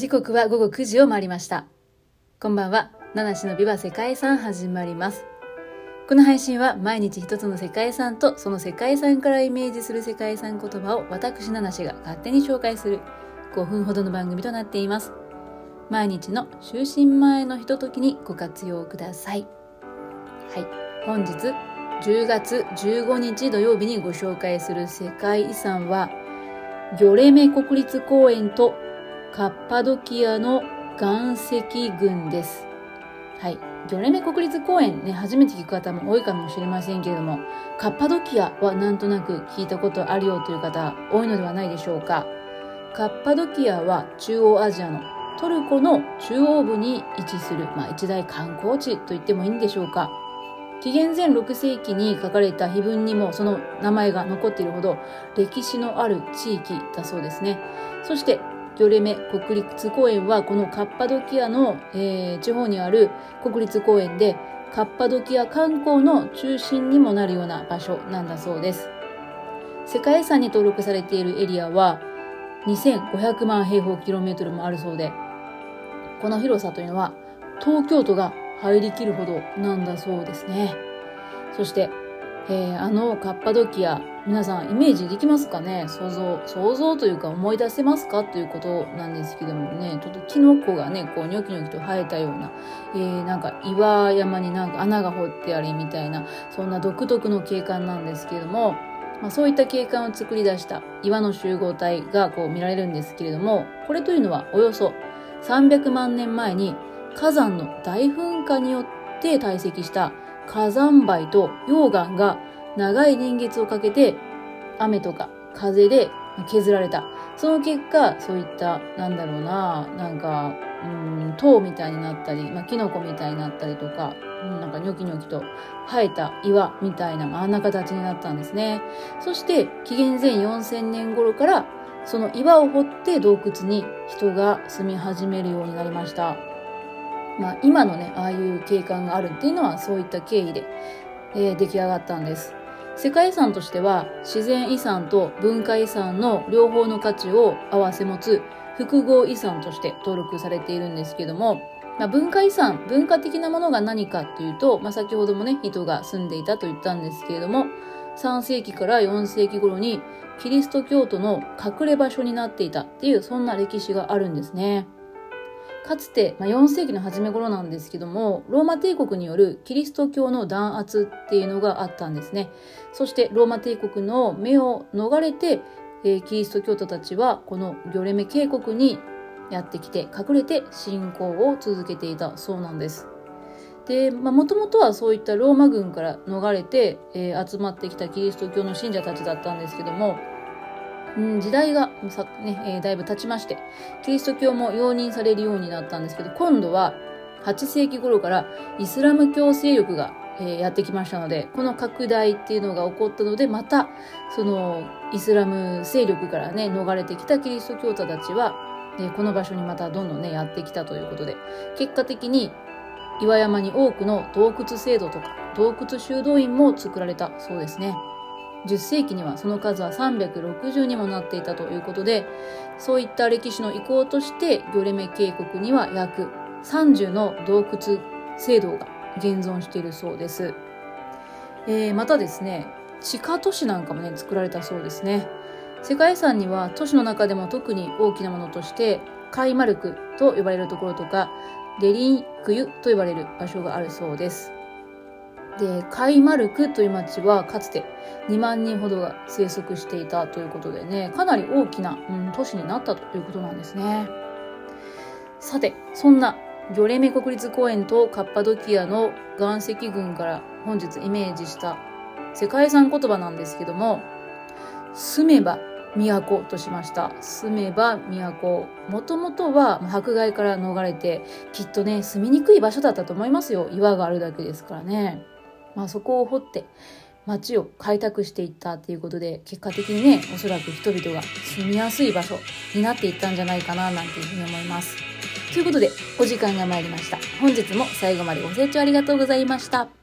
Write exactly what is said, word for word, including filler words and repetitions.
時刻は午後くじを回りました。こんばんは。七種のビバ世界遺産始まります。この配信は毎日一つの世界遺産とその世界遺産からイメージする世界遺産言葉を私七種が勝手に紹介するごふんほどの番組となっています。毎日の就寝前のひとときにご活用ください。はい、本日じゅうがつじゅうごにち土曜日にご紹介する世界遺産はギョレメ国立公園とカッパドキアの岩石群です。はい。ギョレメ国立公園ね、初めて聞く方も多いかもしれませんけれども、カッパドキアはなんとなく聞いたことあるよという方多いのではないでしょうか。カッパドキアは中央アジアのトルコの中央部に位置する、まあ、一大観光地と言ってもいいんでしょうか。紀元前ろくせいきに書かれた碑文にもその名前が残っているほど歴史のある地域だそうですね。そしてギョレメ国立公園はこのカッパドキアの、えー、地方にある国立公園でカッパドキア観光の中心にもなるような場所なんだそうです。世界遺産に登録されているエリアはにせんごひゃくまんへいほうキロメートルもあるそうで、この広さというのは東京都が入りきるほどなんだそうですね。そして、えー、あのカッパドキア、皆さんイメージできますかね。想像、想像というか思い出せますかということなんですけどもね、ちょっとキノコがね、こうニョキニョキと生えたような、えー、なんか岩山になんか穴が掘ってありみたいな、そんな独特の景観なんですけれども、まあ、そういった景観を作り出した岩の集合体がこう見られるんですけれども、これというのはおよそさんびゃくまんねんまえに火山の大噴火によって堆積した火山灰と溶岩が長い年月をかけて雨とか風で削られた。その結果、そういった、なんだろうな、なんか、うん、塔みたいになったり、まあ、キノコみたいになったりとか、うん、なんかニョキニョキと生えた岩みたいな、あんな形になったんですね。そして、紀元前よんせんねん頃から、その岩を掘って洞窟に人が住み始めるようになりました。まあ、今のね、ああいう景観があるっていうのはそういった経緯で、えー、出来上がったんです。世界遺産としては自然遺産と文化遺産の両方の価値を併せ持つ複合遺産として登録されているんですけども、まあ、文化遺産、文化的なものが何かというと、まあ、先ほどもね、人が住んでいたと言ったんですけれども、さんせいきからよんせいき頃にキリスト教徒の隠れ場所になっていたっていう、そんな歴史があるんですね。かつて、まあ、よんせいきの初め頃なんですけども、ローマ帝国によるキリスト教の弾圧っていうのがあったんですね。そしてローマ帝国の目を逃れて、えー、キリスト教徒たちはこのギョレメ渓谷にやってきて隠れて信仰を続けていたそうなんです。で、まあ、もともとはそういったローマ軍から逃れて、えー、集まってきたキリスト教の信者たちだったんですけども、うん、時代がさ、ねえー、だいぶ経ちまして、キリスト教も容認されるようになったんですけど、今度ははっせいき頃からイスラム教勢力が、えー、やってきましたので、この拡大っていうのが起こったので、またそのイスラム勢力からね逃れてきたキリスト教徒たちは、えー、この場所にまたどんどんねやってきたということで、結果的に岩山に多くの洞窟制度とか洞窟修道院も作られたそうですね。じゅっせいきにはその数はさんびゃくろくじゅうにもなっていたということで、そういった歴史の遺構としてギョレメ渓谷には約さんじゅうの洞窟聖堂が現存しているそうです。えー、またですね、地下都市なんかもね作られたそうですね。世界遺産には都市の中でも特に大きなものとしてカイマルクと呼ばれるところとかレリンクユと呼ばれる場所があるそうです。で、カイマルクという町はかつてにまんにんほどが生息していたということでね、かなり大きな、うん、都市になったということなんですね。さて、そんなギョレメ国立公園とカッパドキアの岩石群から本日イメージした世界遺産言葉なんですけども、住めば都としました。住めば都。もともとは迫害から逃れて、きっとね、住みにくい場所だったと思いますよ。岩があるだけですからね。まあそこを掘って町を開拓していったっていうことで、結果的にね、おそらく人々が住みやすい場所になっていったんじゃないかななんていうふうに思います。ということで、お時間が参りました。本日も最後までご清聴ありがとうございました。